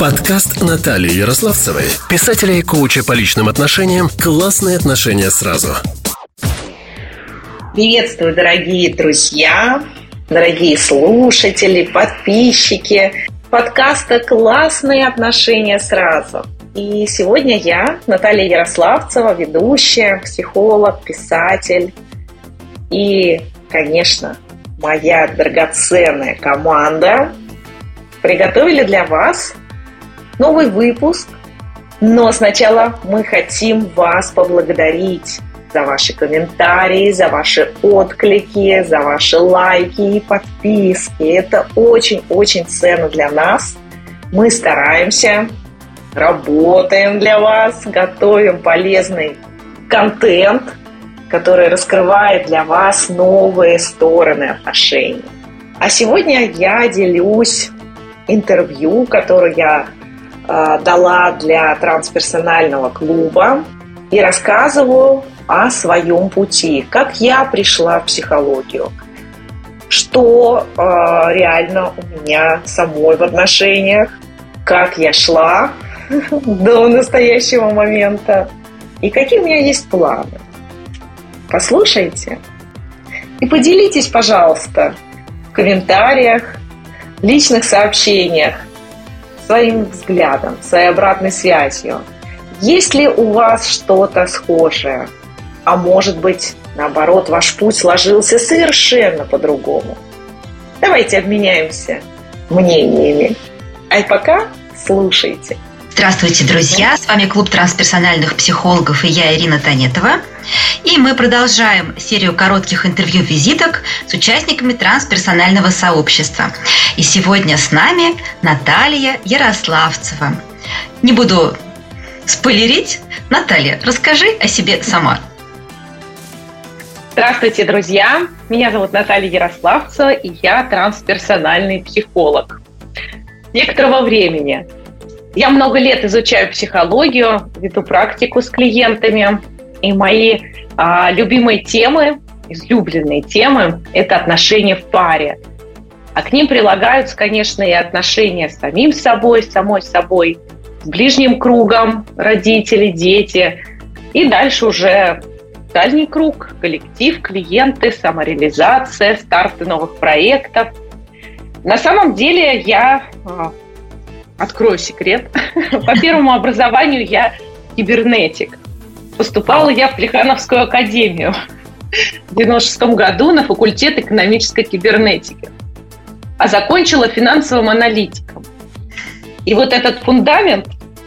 Подкаст Натальи Ярославцевой, писателя и коуча по личным отношениям «Классные отношения сразу». Приветствую, дорогие друзья, дорогие слушатели, подписчики подкаста «Классные отношения сразу». И сегодня я, Наталья Ярославцева, ведущая, психолог, писатель и, конечно, моя драгоценная команда приготовили для вас новый выпуск. Но сначала мы хотим вас поблагодарить за ваши комментарии, за ваши отклики, за ваши лайки и подписки. Это очень-очень ценно для нас. Мы стараемся, работаем для вас, готовим полезный контент, который раскрывает для вас новые стороны отношений. А сегодня я делюсь интервью, которое я дала для трансперсонального клуба, и рассказываю о своем пути, как я пришла в психологию, что реально у меня самой в отношениях, как я шла до настоящего момента и какие у меня есть планы. Послушайте и поделитесь, пожалуйста, в комментариях, в личных сообщениях своим взглядом, своей обратной связью. Есть ли у вас что-то схожее? А может быть, наоборот, ваш путь сложился совершенно по-другому? Давайте обменяемся мнениями. А пока слушайте. Здравствуйте, друзья! С вами клуб трансперсональных психологов и я, Ирина Танетова. И мы продолжаем серию коротких интервью-визиток с участниками трансперсонального сообщества. И сегодня с нами Наталья Ярославцева. Не буду спойлерить. Наталья, расскажи о себе сама. Здравствуйте, друзья! Меня зовут Наталья Ярославцева, и я трансперсональный психолог. С некоторого времени я много лет изучаю психологию, веду практику с клиентами, и мои любимые темы, излюбленные темы – это отношения в паре. А к ним прилагаются, конечно, и отношения с самим собой, с самой собой, с ближним кругом, родители, дети, и дальше уже дальний круг, коллектив, клиенты, самореализация, старты новых проектов. На самом деле я открою секрет. По первому образованию я кибернетик. Поступала я в Плехановскую академию в 1996 году на факультет экономической кибернетики, а закончила финансовым аналитиком. И вот этот фундамент,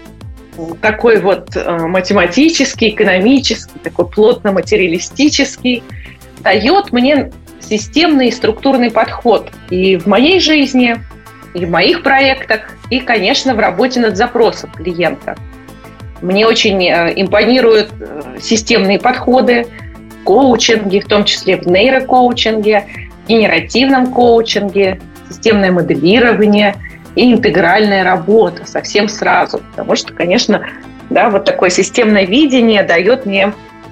такой вот математический, экономический, такой плотно-материалистический, дает мне системный и структурный подход и в моей жизни, и в моих проектах, и, конечно, в работе над запросом клиента. Мне очень импонируют системные подходы в коучинге, в том числе в нейрокоучинге, в генеративном коучинге, системное моделирование и интегральная работа совсем сразу. Потому что, конечно, да, вот такое системное видение дает мне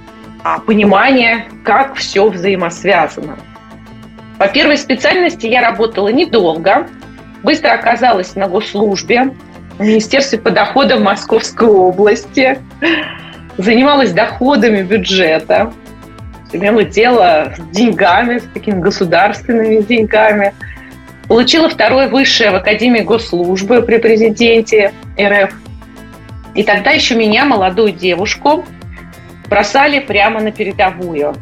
понимание, как все взаимосвязано. По первой специальности я работала недолго, быстро оказалась на госслужбе в Министерстве по доходам Московской области, занималась доходами бюджета, имела дело с деньгами, с такими государственными деньгами. Получила второе высшее в Академии госслужбы при президенте РФ. И тогда еще меня, молодую девушку, бросали прямо на передовую.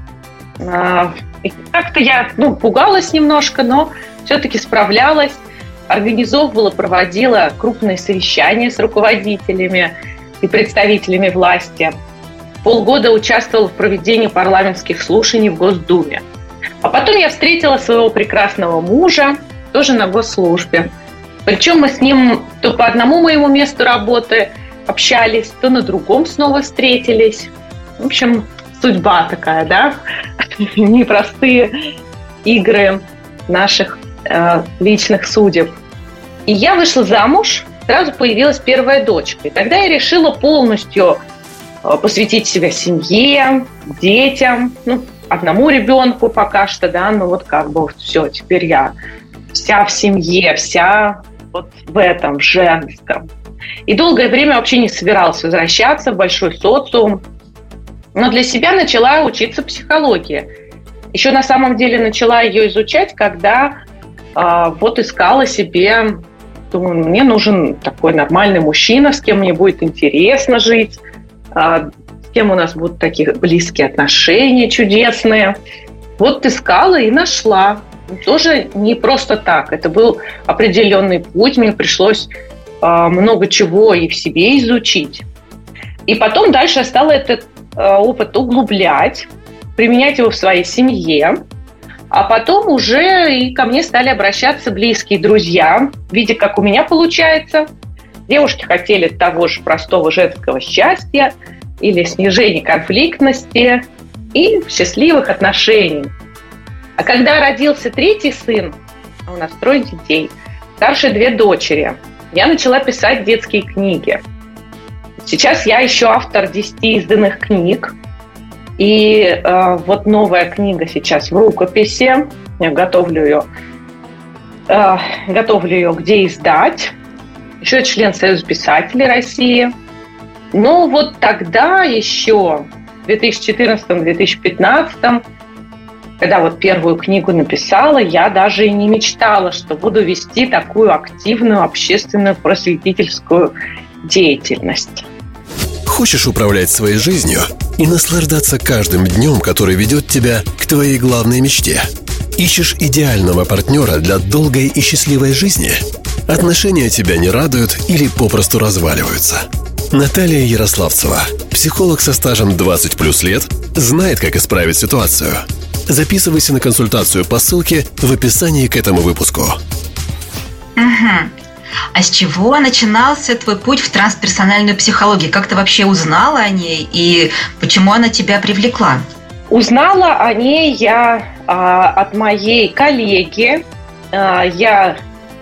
И как-то я пугалась немножко, но все-таки справлялась. Организовывала, проводила крупные совещания с руководителями и представителями власти. Полгода участвовала в проведении парламентских слушаний в Госдуме. А потом я встретила своего прекрасного мужа, тоже на госслужбе. Причем мы с ним то по одному моему месту работы общались, то на другом снова встретились. В общем, судьба такая, да? Непростые игры наших личных судеб. И я вышла замуж, сразу появилась первая дочка. И тогда я решила полностью посвятить себя семье, детям, одному ребенку пока что, да, все, теперь я вся в семье, вся вот в этом, в женском. И долгое время вообще не собиралась возвращаться в большой социум. Но для себя начала учиться психологии. Еще на самом деле начала ее изучать, когда вот искала себе, думаю, мне нужен такой нормальный мужчина, с кем мне будет интересно жить, с кем у нас будут такие близкие отношения чудесные. Вот искала и нашла. Тоже не просто так. Это был определенный путь. Мне пришлось много чего и в себе изучить. И потом дальше я стала этот опыт углублять, применять его в своей семье. А потом уже и ко мне стали обращаться близкие друзья, видя, как у меня получается. Девушки хотели того же простого женского счастья или снижения конфликтности и счастливых отношений. А когда родился третий сын, у нас 3 детей, старшие 2 дочери, я начала писать детские книги. Сейчас я еще автор 10 изданных книг. И вот новая книга сейчас в рукописи. Я готовлю ее где издать. Еще я член Союза писателей России. Но вот тогда еще, в 2014-2015, когда вот первую книгу написала, я даже и не мечтала, что буду вести такую активную общественную просветительскую деятельность. Хочешь управлять своей жизнью и наслаждаться каждым днем, который ведет тебя к твоей главной мечте? Ищешь идеального партнера для долгой и счастливой жизни? Отношения тебя не радуют или попросту разваливаются? Наталья Ярославцева, психолог со стажем 20+ лет, знает, как исправить ситуацию. Записывайся на консультацию по ссылке в описании к этому выпуску. А с чего начинался твой путь в трансперсональную психологию? Как ты вообще узнала о ней и почему она тебя привлекла? Узнала о ней я от моей коллеги. Я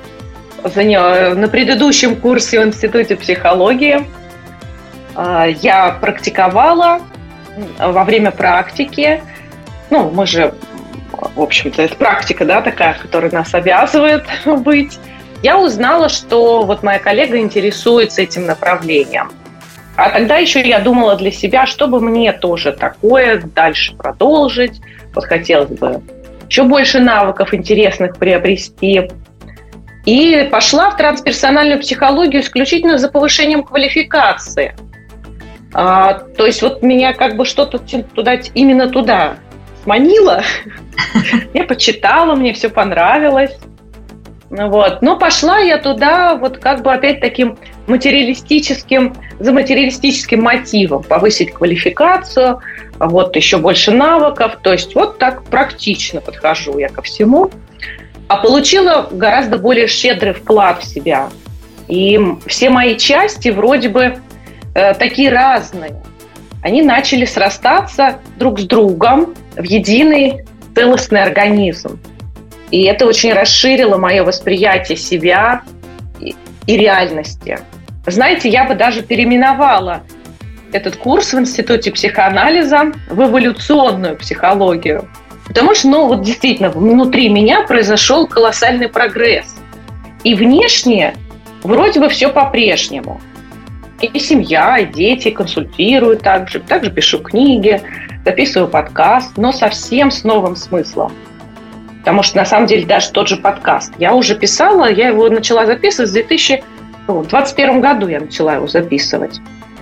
на предыдущем курсе в Институте психологии я практиковала во время практики. Ну, мы же, в общем-то, это практика, да, такая, которая нас обязывает быть. Я узнала, что вот моя коллега интересуется этим направлением. А тогда еще я думала для себя, чтобы мне тоже такое дальше продолжить. Вот хотелось бы еще больше навыков интересных приобрести. И пошла в трансперсональную психологию исключительно за повышением квалификации. То есть вот меня как бы что-то именно туда сманило. Я почитала, мне все понравилось. Вот. Но пошла я туда вот как бы опять таким за материалистическим мотивом. Повысить квалификацию, вот еще больше навыков. То есть вот так практично подхожу я ко всему. А получила гораздо более щедрый вклад в себя. И все мои части вроде бы такие разные. Они начали срастаться друг с другом в единый целостный организм. И это очень расширило мое восприятие себя и реальности. Знаете, я бы даже переименовала этот курс в Институте психоанализа в эволюционную психологию. Потому что, вот действительно, внутри меня произошел колоссальный прогресс. И внешне вроде бы все по-прежнему. И семья, и дети консультирую также пишу книги, записываю подкаст, но совсем с новым смыслом. Потому что, на самом деле, даже тот же подкаст я уже писала, я его начала записывать в 2021 году я начала его записывать.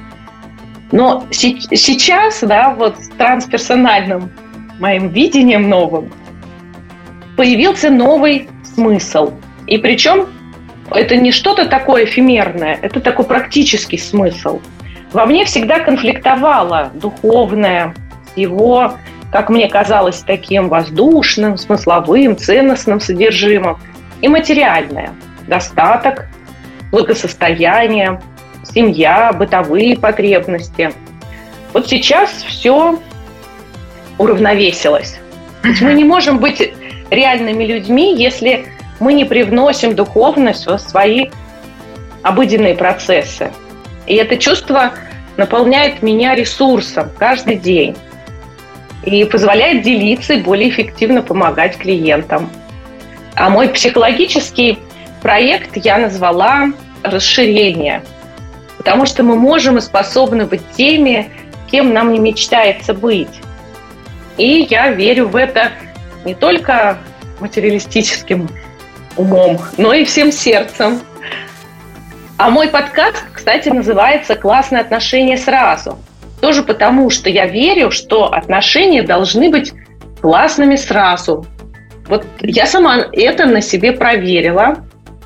Но сейчас, да, вот с трансперсональным моим видением новым появился новый смысл. И причем это не что-то такое эфемерное, это такой практический смысл. Во мне всегда конфликтовало духовное с его, как мне казалось, таким воздушным, смысловым, ценностным содержимым, и материальное. Достаток, благосостояние, семья, бытовые потребности. Вот сейчас все уравновесилось. Ведь мы не можем быть реальными людьми, если мы не привносим духовность в свои обыденные процессы. И это чувство наполняет меня ресурсом каждый день и позволяет делиться и более эффективно помогать клиентам. А мой психологический проект я назвала «Расширение», потому что мы можем и способны быть теми, кем нам не мечтается быть. И я верю в это не только материалистическим умом, но и всем сердцем. А мой подкаст, кстати, называется «Классные отношения сразу». Тоже потому, что я верю, что отношения должны быть классными сразу. Вот я сама это на себе проверила.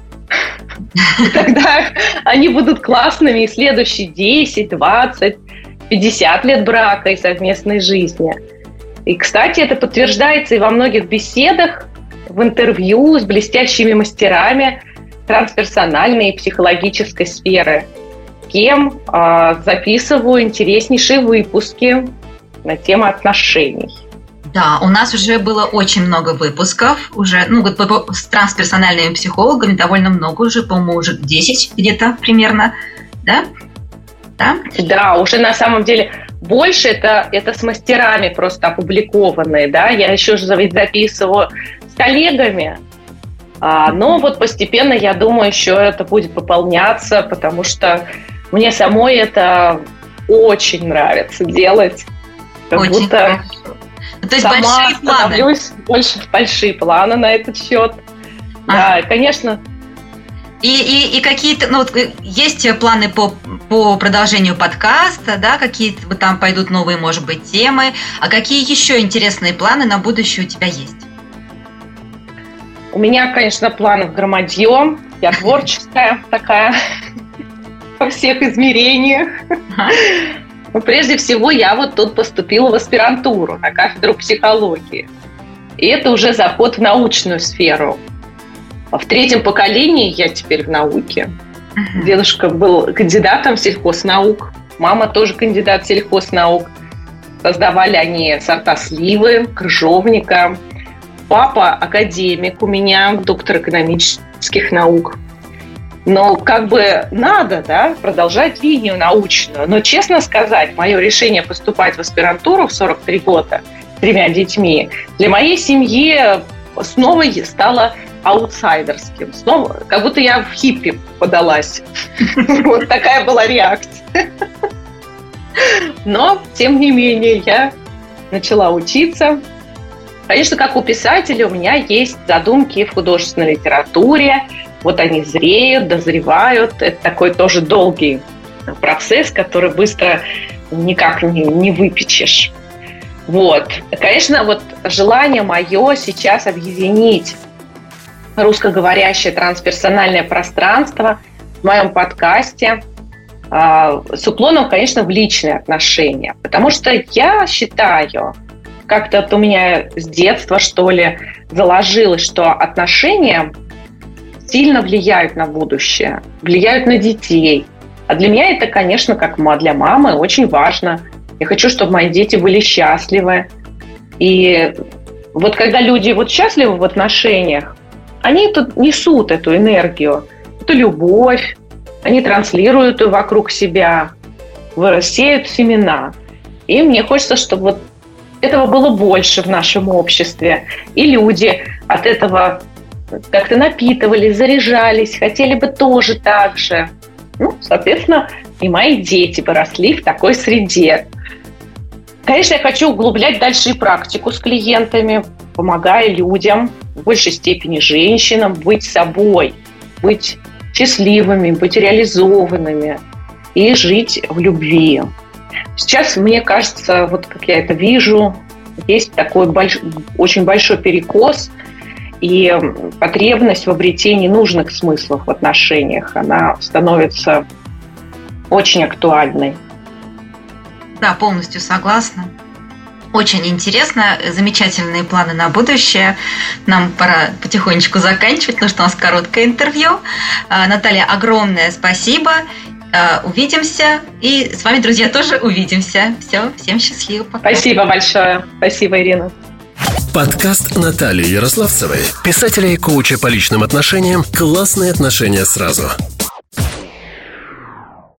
Тогда они будут классными и следующие 10, 20, 50 лет брака и совместной жизни. И, кстати, это подтверждается и во многих беседах, в интервью с блестящими мастерами трансперсональной и психологической сферы, кем записываю интереснейшие выпуски на тему отношений. Да, у нас уже было очень много выпусков, уже, с трансперсональными психологами довольно много уже, по-моему, уже 10 где-то примерно, да? Да, уже на самом деле больше, это с мастерами просто опубликованные, да, я еще же записываю с коллегами, но вот постепенно, я думаю, еще это будет пополняться, потому что мне самой это очень нравится делать, как очень будто хорошо. То есть сама большие планы. становлюсь большие планы на этот счет. Да, конечно. И какие-то, есть планы по продолжению подкаста, да, какие-то там пойдут новые, может быть, темы. А какие еще интересные планы на будущее у тебя есть? У меня, конечно, планов громадье. Я творческая такая во всех измерениях. Но прежде всего я вот тут поступила в аспирантуру на кафедру психологии. И это уже заход в научную сферу. В третьем поколении я теперь в науке. Дедушка был кандидатом сельхознаук, мама тоже кандидат сельхознаук. Создавали они сорта сливы, крыжовника. Папа академик у меня, доктор экономических наук. Но надо, да, продолжать линию научную. Но, честно сказать, мое решение поступать в аспирантуру в 43 года с 3 детьми для моей семьи снова стало аутсайдерским. Снова, как будто я в хиппи подалась. Вот такая была реакция. Но, тем не менее, я начала учиться. Конечно, как у писателя у меня есть задумки в художественной литературе. Вот они зреют, дозревают. Это такой тоже долгий процесс, который быстро никак не выпечешь. Вот. Конечно, вот желание мое сейчас объединить русскоговорящее трансперсональное пространство в моем подкасте с уклоном, конечно, в личные отношения. Потому что я считаю, как-то у меня с детства, что ли, заложилось, что отношения сильно влияют на будущее, влияют на детей. А для меня это, конечно, как для мамы, очень важно. Я хочу, чтобы мои дети были счастливы. И вот когда люди счастливы в отношениях, они тут несут эту энергию, эту любовь, они транслируют ее вокруг себя, сеют семена. И мне хочется, чтобы этого было больше в нашем обществе. И люди от этого как-то напитывались, заряжались, хотели бы тоже так же. Соответственно, и мои дети бы росли в такой среде. Конечно, я хочу углублять дальше и практику с клиентами, помогая людям, в большей степени женщинам, быть собой, быть счастливыми, быть реализованными и жить в любви. Сейчас, мне кажется, как я это вижу, есть такой очень большой перекос и потребность в обретении нужных смыслов в отношениях, она становится очень актуальной. Да, полностью согласна. Очень интересно, замечательные планы на будущее. Нам пора потихонечку заканчивать, потому что у нас короткое интервью. Наталья, огромное спасибо. Увидимся. И с вами, друзья, тоже увидимся. Все, всем счастливо. Пока. Спасибо большое. Спасибо, Ирина. Подкаст Натальи Ярославцевой, писателя и коуча по личным отношениям «Классные отношения сразу».